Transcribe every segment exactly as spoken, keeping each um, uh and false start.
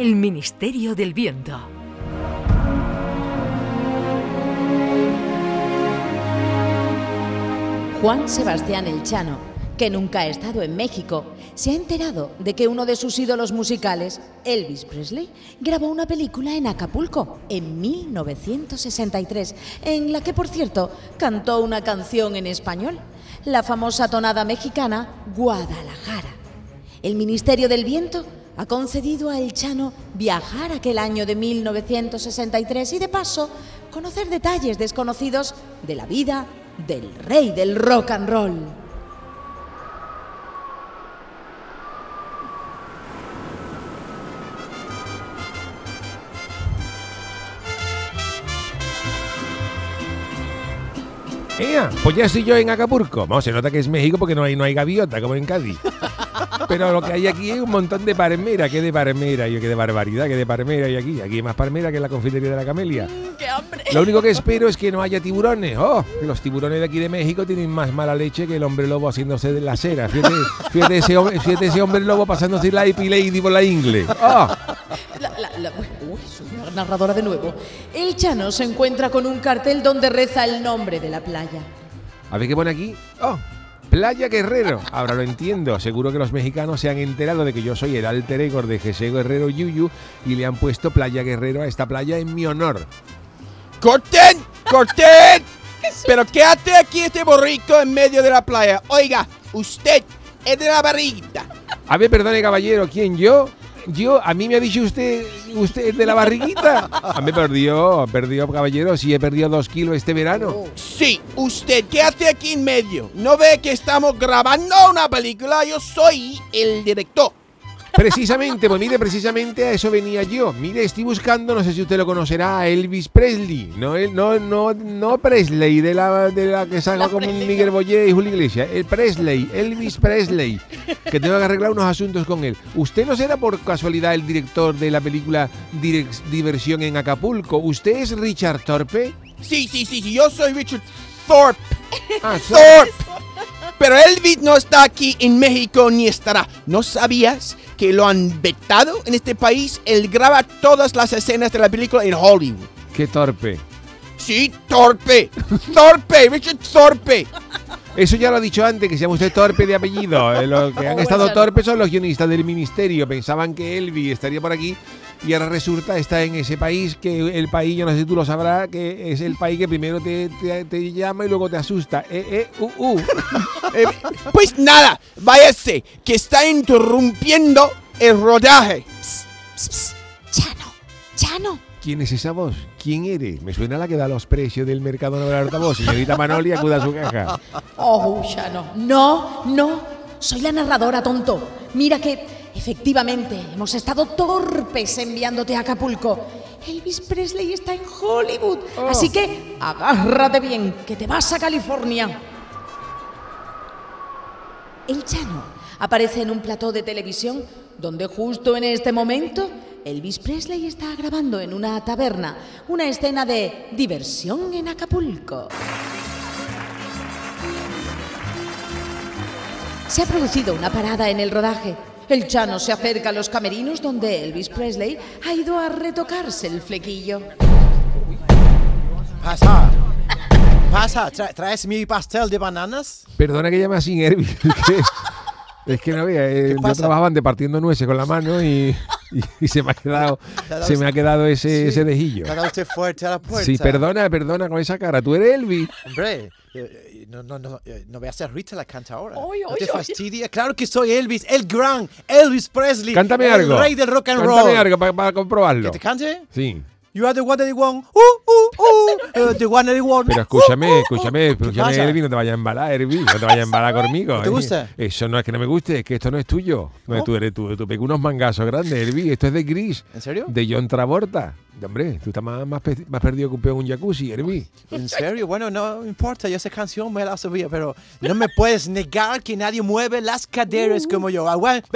El Ministerio del Viento. Juan Sebastián Elchano, que nunca ha estado en México, se ha enterado de que uno de sus ídolos musicales, Elvis Presley, grabó una película en Acapulco en mil novecientos sesenta y tres, en la que, por cierto, cantó una canción en español, la famosa tonada mexicana Guadalajara. El Ministerio del Viento ha concedido a Elchano viajar aquel año de mil novecientos sesenta y tres y, de paso, conocer detalles desconocidos de la vida del rey del rock and roll. ¡Ea! Pues ya estoy yo en Acapulco. Vamos, se nota que es México porque no hay, no hay gaviota como en Cádiz. Pero lo que hay aquí es un montón de palmera. ¿Qué de palmera? Yo, qué de barbaridad, qué de palmera hay aquí. Aquí hay más palmera que en la confitería de la Camelia. Mm, ¡Qué hambre! Lo único que espero es que no haya tiburones. ¡Oh! Que los tiburones de aquí de México tienen más mala leche que el hombre lobo haciéndose de la cera. Fíjate, fíjate, ese, hombre, fíjate ese hombre lobo pasándose la epilady por la ingle. ¡Oh! La, la, la, uy, soy una narradora de nuevo. Elchano se encuentra con un cartel donde reza el nombre de la playa. A ver qué pone aquí. ¡Oh! Playa Guerrero. Ahora lo entiendo. Seguro que los mexicanos se han enterado de que yo soy el alter ego de José Guerrero Yuyu y le han puesto Playa Guerrero a esta playa en mi honor. ¡Corten! ¡Corten! ¿Pero qué hace aquí este borrico en medio de la playa? Oiga, usted es de la barriguita. A ver, perdone, caballero, ¿quién, yo? Yo, a mí me ha dicho usted, usted de la barriguita. A mí perdió, perdió, caballero, si he perdido dos kilos este verano. Sí, usted, ¿qué hace aquí en medio? ¿No ve que estamos grabando una película? Yo soy el director. Precisamente, pues mire, precisamente a eso venía yo. Mire, estoy buscando, no sé si usted lo conocerá, a Elvis Presley. No, el, no, no, no Presley, de la, de la que salga como Miguel Boyé y Julio Iglesias. El Presley, Elvis Presley, que tengo que arreglar unos asuntos con él. ¿Usted no será por casualidad el director de la película Direct, Diversión en Acapulco? ¿Usted es Richard Thorpe? Sí, sí, sí, sí, yo soy Richard Thorpe. Ah, Thorpe. Pero Elvis no está aquí en México ni estará. ¿No sabías que lo han vetado en este país? Él graba todas las escenas de la película en Hollywood. ¡Qué torpe! Sí, Torpe. Thorpe, Richard Thorpe. Eso ya lo ha dicho antes, que se llama usted Torpe de apellido. Eh, Los que han estado torpes son los guionistas del ministerio. Pensaban que Elvis estaría por aquí y ahora resulta está en ese país, que el país, yo no sé si tú lo sabrás, que es el país que primero te, te, te llama y luego te asusta. Eh, eh, uh, uh. Eh, pues nada, váyase, que está interrumpiendo el rodaje. Psst, psst, psst. Chano, Chano. ¿Quién es esa voz? ¿Quién eres? Me suena a la que da los precios del mercado de la altavoz. Señorita Manoli, acuda a su caja. Oh, Chano. No, no. Soy la narradora, tonto. Mira que, efectivamente, hemos estado torpes enviándote a Acapulco. Elvis Presley está en Hollywood. Oh. Así que, agárrate bien, que te vas a California. Elchano aparece en un plató de televisión donde justo en este momento Elvis Presley está grabando en una taberna una escena de diversión en Acapulco. Se ha producido una parada en el rodaje. Elchano se acerca a los camerinos donde Elvis Presley ha ido a retocarse el flequillo. Pasa. Pasa, Tra- ¿traes mi pastel de bananas? Perdona que llame así, Elvis. Es que, es que no vea, eh, yo pasa? trabajaba antes partiendo nueces con la mano y, y, y se me ha quedado, se me ha quedado ese, Sí. ese dejillo. ¿Te ha dado usted fuerte a la puerta? Sí, perdona, perdona con esa cara. ¿Tú eres Elvis? Hombre, eh, no, no, no, eh, no veas a Rita la canta ahora. Oy, ¿No oy, te oy. fastidia? Claro que soy Elvis, el gran Elvis Presley. Cántame el algo. rey del rock and roll. Cántame algo para, para comprobarlo. ¿Que te cante? Sí. You are the one that you want. Uh, uh, uh. Uh, the one that you want. Pero escúchame, Uh, uh, uh. escúchame, ¿Qué escúchame, pasa? Elvis, no te vayas a embalar, Elvis, no te vayas a embalar conmigo. ¿No te eh. gusta? Eso no es que no me guste, es que esto no es tuyo. No, ¿Oh? tú eres tú, tú pegas unos mangazos grandes, Elvis, esto es de Gris. ¿En serio? De John Travolta. Hombre, tú estás más, más, pe- más perdido que un peón en un jacuzzi, Elvis. ¿En serio? Bueno, no importa, yo esa canción me la sabía, pero no me puedes negar que nadie mueve las caderas como yo.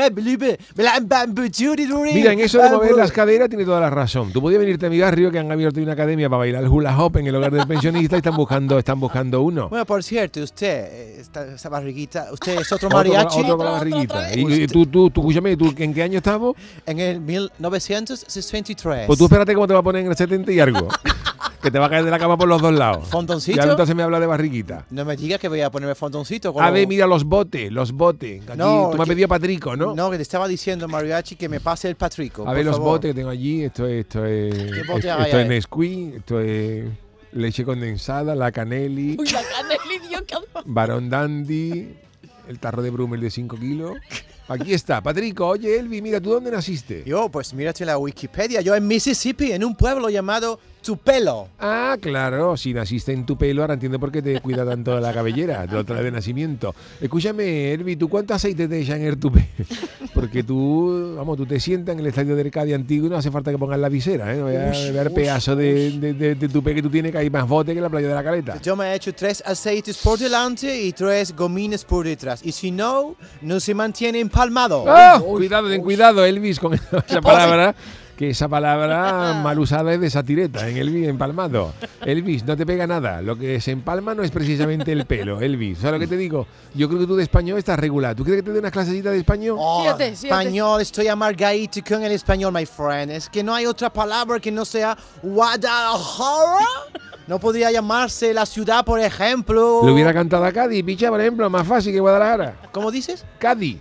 Mira, en eso de mover las caderas tiene toda la razón. Tú podías venirte a mi barrio, que han abierto una academia para bailar el hula hop en el hogar del pensionista y están buscando, están buscando uno. Bueno, por cierto, usted, eh, esta, esta barriguita, usted es otro Otro, mariachi. otro con la barriguita. Y, y tú, tú, tú, escúchame, ¿tú, ¿en qué año estamos? En el mil novecientos sesenta y tres. Pues tú espérate cómo te va a poner en el setenta y algo. Que te va a caer de la cama por los dos lados. ¿Fondoncito? Ya entonces me habla de barriguita. No me digas que voy a ponerme fondoncito. con A lo- ver, mira los botes, los botes. Aquí, No, tú me has que- pedido Patrico, ¿no? No, que te estaba diciendo, mariachi, que me pase el Patrico. A por ver los favor. botes que tengo allí. Esto es, esto es, ¿Qué bote esto, hay esto es ahí? Nesquik, esto es leche condensada, la Canelli, Uy, la Canelli, Dios, qué- Barón Dandy, el tarro de Brummel de cinco kilos. Aquí está, Patrico. Oye, Elvi, mira, ¿tú dónde naciste? Yo, pues mírate la Wikipedia. Yo en Mississippi, en un pueblo llamado Tupelo. Ah, claro, si naciste en tu pelo, ahora entiendo por qué te cuida tanto de la cabellera, de otra de nacimiento. Escúchame, Elvi, ¿tú cuánto aceite te echan en el tupé? Porque tú, vamos, tú te sientas en el estadio del Cádiz antiguo y no hace falta que pongas la visera, ¿eh? No voy a Ush, ver ush. pedazo de, de, de, de tupé que tú tienes, que hay más bote que en la playa de la Caleta. Yo me he hecho tres aceites por delante y tres gomines por detrás. Y si no, no se mantiene empalmado. ¡Ah! Cuidado, ten cuidado, Elvis, con esa palabra. Que esa palabra mal usada es de satireta, en Elvis empalmado. Elvis, no te pega nada. Lo que se empalma no es precisamente el pelo, Elvis. ¿Sabes lo que te digo? Yo creo que tú de español estás regular. ¿Tú quieres que te dé unas clasecitas de español? Oh, Fíjate, fíjate. español, estoy amargadito con el español, my friend. Es que no hay otra palabra que no sea Guadalajara. No podría llamarse la ciudad, por ejemplo. Le hubiera cantado a Cádiz, picha, por ejemplo, más fácil que Guadalajara. ¿Cómo dices? Cádiz.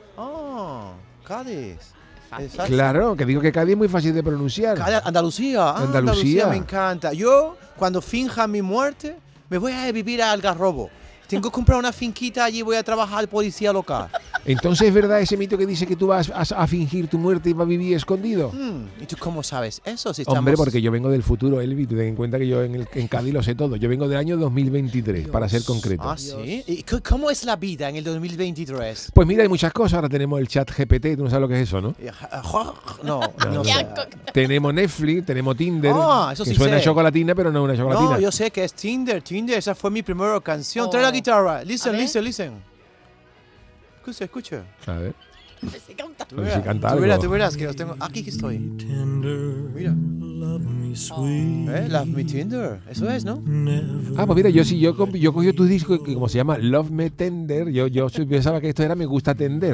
Oh, Cádiz. Exacto. Claro, que digo que Cádiz es muy fácil de pronunciar. Cádiz, Andalucía. Ah, Andalucía. Andalucía me encanta. Yo, cuando finja mi muerte, me voy a vivir a Algarrobo. Tengo que comprar una finquita allí, voy a trabajar de policía local. Entonces, ¿es verdad ese mito que dice que tú vas a, a fingir tu muerte y vas a vivir escondido? Mm, ¿Y tú cómo sabes eso? Si estamos... Hombre, porque yo vengo del futuro, Elvi. Tú ten en cuenta que yo en, el, en Cádiz lo sé todo. Yo vengo del año dos mil veintitrés, para ser concreto. Ah, ¿sí? ¿Y c- cómo es la vida en el dos mil veintitrés? Pues mira, hay muchas cosas. Ahora tenemos el chat G P T. Tú no sabes lo que es eso, ¿no? No, no, no. sé. Tenemos Netflix, tenemos Tinder. Ah, eso que sí suena sé. chocolatina, pero no es una chocolatina. No, yo sé que es Tinder. Tinder, esa fue mi primera canción. Oh. Trae la guitarra. Listen, A ver. listen, listen. Escucha, escucha. A ver. Se canta. Tú A ver si verás, canta tú algo. verás, tú verás que los tengo. Aquí que estoy. Mira. ¿Eh? Love Me Tinder. Eso es, ¿no? Ah, pues mira, yo sí, yo, comp- yo cogí tu disco que como se llama Love Me Tender, yo, yo pensaba que esto era Me Gusta Tender.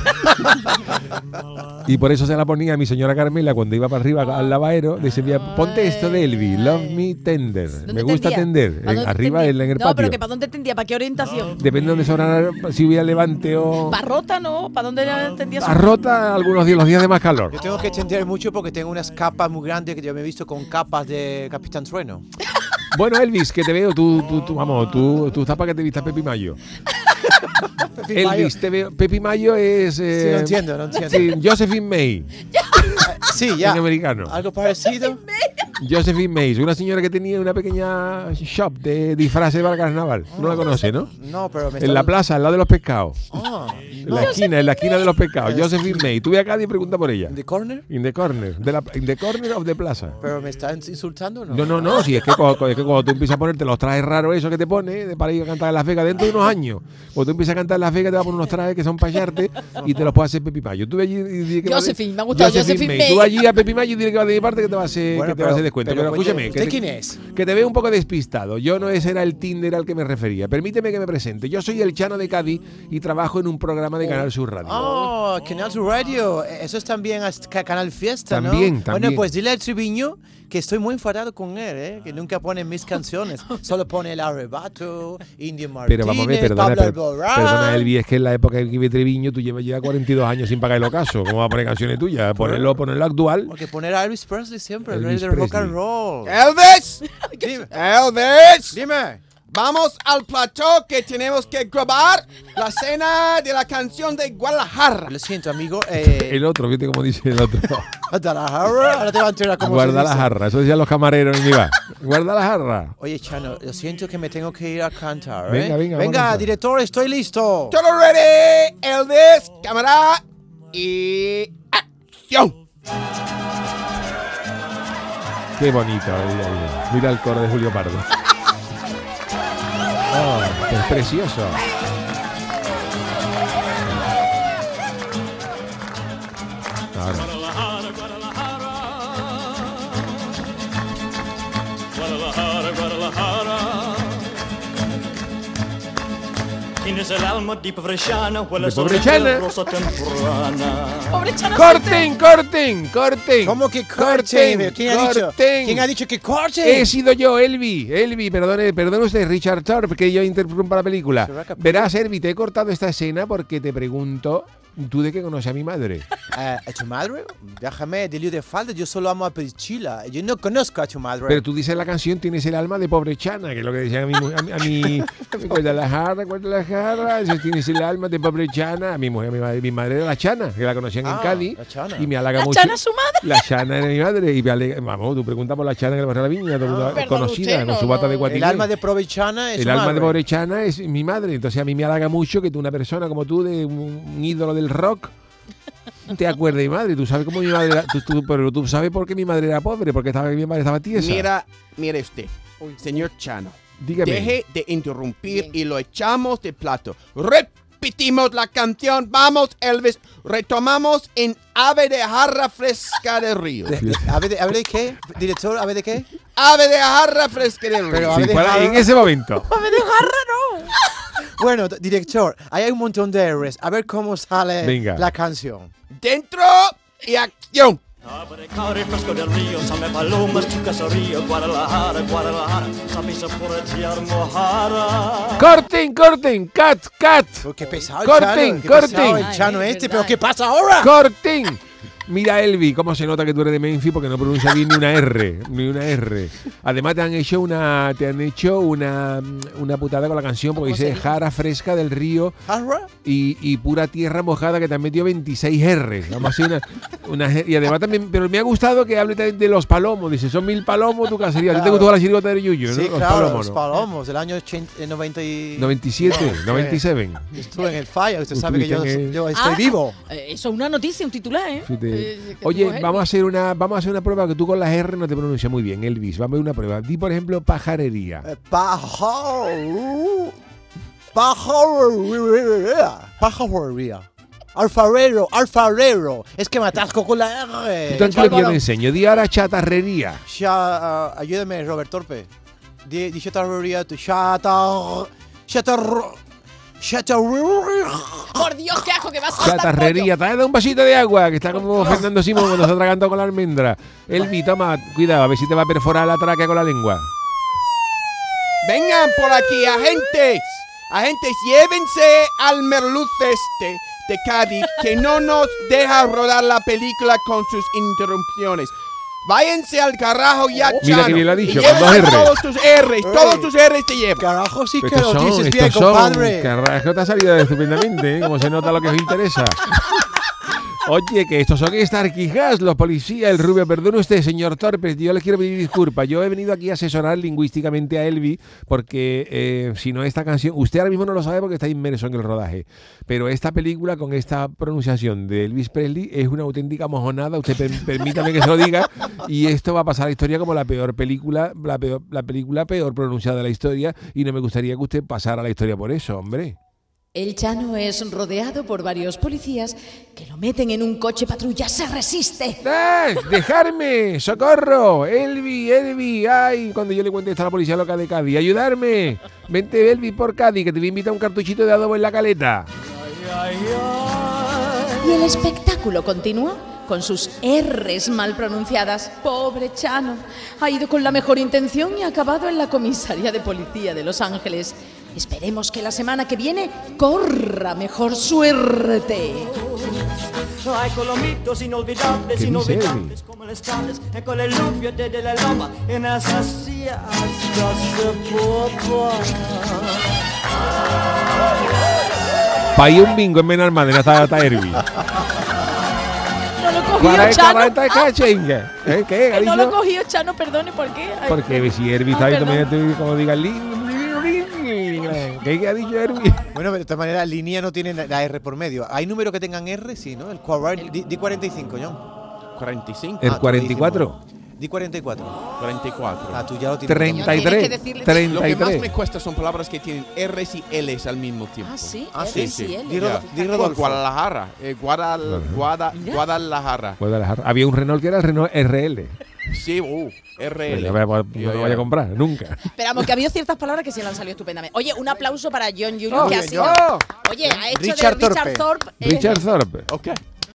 Y por eso se la ponía a mi señora Carmela cuando iba para arriba al lavadero. Decía, ponte esto de Elvi, Love Me Tender. ¿Dónde Me gusta tendía? tender. ¿Para En- dónde arriba tendía? en, en el No, patio. pero que ¿para dónde tendía? ¿Para qué orientación? Depende de dónde sonara, si hubiera levante o... ¿Barrota, no? ¿Para dónde tendía su... Arrota algunos días, los días de más calor. Yo tengo que tender mucho porque tengo unas capas muy grandes que yo me he visto con capas de Capitán Trueno. Bueno, Elvis, que te veo, tú, tú, tú vamos, tú, tú estás para que te vistas Pepi Mayo. Elvis, te veo, Pepi Mayo es... eh, Sí, no entiendo, no entiendo. Sí, Josephine May, Sí, ya. en americano. Algo parecido. Josephine May, una señora que tenía una pequeña shop de disfraces para carnaval. No la conoce, ¿no? No, pero me En la plaza, al lado de los pescados. Ah, En la esquina, en la esquina de los pescados. Josephine May. Tú ve acá y pregunta por ella. ¿In the corner? In the corner. De la, in the corner of the plaza. ¿Pero me están insultando o no? No, no, no, si es que, cuando, es que cuando tú empiezas a ponerte los trajes raros, eso que te pone de- para ir a cantar en Las Vegas dentro de unos años, cuando tú empiezas a cantar en Las Vegas, te vas a poner unos trajes que son para echarte y te los puede hacer Pepi Mayo. Tú ve allí y dile que va de- Josephine, me ha gustado Josephine May. Tú allí a Pepi Mayo y dile que va de mi parte que te va a hacer, Bueno, que te va a pero- hacer descuento. pero, Pero, oye, escúchame, ¿usted que te, quién es? que te veo un poco despistado. Yo no ese era el Tinder al que me refería. Permíteme que me presente. Yo soy el Chano de Cádiz y trabajo en un programa de Canal Sur Radio. Oh, Canal Sur Radio. Eso es también hasta ca- Canal Fiesta, ¿no? También, también. Bueno, pues dile al Triviño que estoy muy enfadado con él, ¿eh? Que nunca pone mis canciones. Solo pone El Arrebato, India Martínez, Pero vamos a ver, perdona, Pablo per- Alborán. perdona, Elvi, es que en la época que vive Treviño tú llevas ya cuarenta y dos años sin pagar el ocaso. ¿Cómo va a poner canciones tuyas? Ponerlo, ponerlo actual. Porque poner a Elvis Presley siempre, el rey Elvis del rock Presley. and roll. Elvis, Dime, Elvis, dime. vamos al plató que tenemos que grabar la escena de la canción de Guadalajara. Lo siento, amigo. Eh, El otro, fíjate cómo dice el otro. Guadalajara. Ahora te va a enterar cómo Guarda se la dice. jarra, eso decían los camareros en mi bar. Guarda la jarra. Oye, Chano, lo siento que me tengo que ir a cantar, ¿eh? Venga, venga, vamos a cantar. director, estoy listo. Todo ready, Elvis, cámara y acción. Qué bonito. Ahí, ahí. Mira el coro de Julio Pardo. Oh, es precioso. Ahora. Tienes el alma de Pobrechana, huele De a sol Pobrechana. de rosa temprana. Pobre Chano. ¡Corten, corten, corten! ¿Cómo que corten? corten? ¿Quién ha dicho? corten. ¿Quién ha dicho que corten? He sido yo, Elvi. Elvi, perdone, perdone usted, Richard Thorpe, que yo interrumpa la película. Verás, Elvi, te he cortado esta escena porque te pregunto, ¿tú de qué conoces a mi madre? Eh, ¿A tu madre? Déjame, de lío de falda, yo solo amo a Priscila. Yo no conozco a tu madre. Pero tú dices la canción, tienes el alma de Pobrechana, que es lo que decían a mi... A mi, a mi recuerda la jarra, recuerda la jarra, eso tienes el alma de Pobrechana. A mi mujer, a mi madre, mi madre era la Chana, que la conocían Ah, en Cádiz. la Chana. Y me halaga ¿La mucho. Chana su madre? La Chana era mi madre. Y me alega, vamos, tú preguntas por la Chana que le pasó a la viña, todo el mundo Perdón, conocida, usted, con no, su bata no. de El guatillé. El alma de Provechana es El su alma de madre. Pobrechana es mi madre. Entonces a mí me halaga mucho que tú, una persona como tú, de un, un ídolo del rock, te acuerdes de mi madre. Tú sabes cómo mi madre era, tú, tú- pero tú sabes por qué mi madre era pobre, porque estaba, mi madre estaba tiesa. Mira, mire usted, señor Chano. Dígame. Deje de interrumpir y lo echamos de plato. Repetimos la canción. Vamos, Elvis. Retomamos en Ave de Jarra Fresca del Río. De- de- ¿A ver de, a ver de qué? ¿Director? ¿A ver de qué? Ave de Jarra Fresca del Río. Pero, a Sí, ver, para- deja- en ese momento. Bueno, d- director, ahí hay un montón de R's. A ver cómo sale Venga. la canción. Dentro y acción. Abre cari fresco del río, same palomas, chicas al río, Guadalajara, Guadalajara, samisa por echar mojara. ¡Corten, corten! ¡Cat, cat! Oh, qué pesado el Corten, Chano, qué corten. pesado el Ay, Chano es este, verdad. pero ¿qué pasa ahora? ¡Corten! Mira, Elvi, cómo se nota que tú eres de Memphis porque no pronuncias bien ni una R, ni una R. Además te han hecho una, te han hecho una, una putada con la canción porque ¿Cómo dice sería? jara fresca del río ¿Jarra? y, y pura tierra mojada que te han metido veintiséis R. Vamos a hacer una, una G- y además también, pero me ha gustado que hable también de los palomos. Dice, son mil palomos tu cacería. ¿A ti te Claro. gustó la chirigota de Yuyu, Sí, no? Los claro, palomos, los ¿no? palomos, del año ochenta, eh, noventa y... noventa y siete, No, noventa y siete. Yo estuve en el falla, usted sabe que yo, Estuviste en el- yo estoy Ah, vivo. eh, Eso es una noticia, un titular, ¿eh? Sí, te- Eh, que Oye, tuvo vamos a Elvis. hacer una, vamos a hacer una prueba que tú con las R no te pronuncias muy bien, Elvis. Vamos a ver una prueba. Di, por ejemplo, pajarería. Eh, Pájaro. Pájaro. Pajarería. Alfarero, alfarero. Es que me atasco con la R. Tú tranquilo que yo te enseño. Di ahora chatarrería. Cha- ah, ayúdame, Robert Torpe. Di, di chatarrería, tu chatar... Chatar... Chatarrería. Por Dios, qué ajo que vas a saltar, Chatarrería. Trae un vasito de agua, que está como Fernando Simón cuando se atraganta con la almendra. Elvi, toma, cuidado, a ver si te va a perforar la tráquea con la lengua. Vengan por aquí, agentes. Agentes, llévense al merluz este de Cádiz que no nos deja rodar la película con sus interrupciones. Váyanse al carajo ya, Mira Chano. que bien lo ha dicho, Y con dos llévense R. todos tus R's, todos tus R's te llevan. Carajo, sí que Estos lo son, dices bien, estos son, compadre. Carajo, te ha salido estupendamente, ¿eh? Como se nota lo que os interesa. Oye, que estos son Starquijas, los policías, el rubio. Perdone usted, señor Torpes, yo le quiero pedir disculpas. Yo he venido aquí a asesorar lingüísticamente a Elvi, porque eh, si no esta canción, usted ahora mismo no lo sabe porque está inmerso en el rodaje, pero esta película con esta pronunciación de Elvis Presley es una auténtica mojonada, usted per- permítame que se lo diga, y esto va a pasar a la historia como la peor película, la, peor, la película peor pronunciada de la historia, y no me gustaría que usted pasara a la historia por eso, hombre. El Chano es rodeado por varios policías que lo meten en un coche patrulla. ¡Se resiste! ¡Ah! ¡Dejarme! ¡Socorro! ¡Elvi! ¡Elvi! ¡Ay! Cuando yo le cuente esto a la policía local de Cádiz. ¡Ayudarme! Vente, Elvi, por Cádiz, que te voy a invitar un cartuchito de adobo en la caleta. Y el espectáculo continúa con sus R's mal pronunciadas. Pobre Chano. Ha ido con la mejor intención y ha acabado en la comisaría de policía de Los Ángeles. Esperemos que la semana que viene corra mejor suerte. Hay colomitos inolvidables, ¿Qué dice inolvidables como el Stales, y con el lupio de, de la loma, en esa silla hasta se popa. Pa' ir un bingo en Benalmádena está, está Elvi. No lo cogió Para el Chano. cabrón de cachengue. ¿Eh? ¿Qué? ¿Ha Que no lo dicho? cogió Chano, perdone, ¿por qué? Ay, Porque si Elvi Ah, está ahí perdón. también, como diga, lin, lin, lin, lin. ¿Qué ha dicho Elvi? Bueno, pero de todas maneras, línea no tiene la R por medio. ¿Hay números que tengan R? Sí, ¿no? El cuarenta, di, di cuarenta y cinco, John. cuarenta y cinco. El Ah, cuarenta y cuatro. Di cuarenta y cuatro. cuarenta y cuatro. Ah, tú ya lo tienes. Tienes que treinta y tres. decirle- treinta Lo que y más me tres. cuesta son palabras que tienen R's y L's al mismo tiempo. Ah, sí. Ah, R, sí, sí, L. Di, Ya. Rodo- di Rodolfo. Guadalajara. Eh, Guadal, Guada- Mira. Guadalajara. Guadalajara. Había un Renault que era el Renault R L. Sí, uh, R L. No me voy a- Ya, no me ya. vaya a comprar, nunca. Esperamos que ha habido ciertas palabras que sí le han salido estupendamente. Oye, un aplauso para John Julius, Oh, que ha bien, sido. John. Oye, ha hecho Richard de Richard Thorpe. Thorpe. eh, Richard Thorpe. Ok.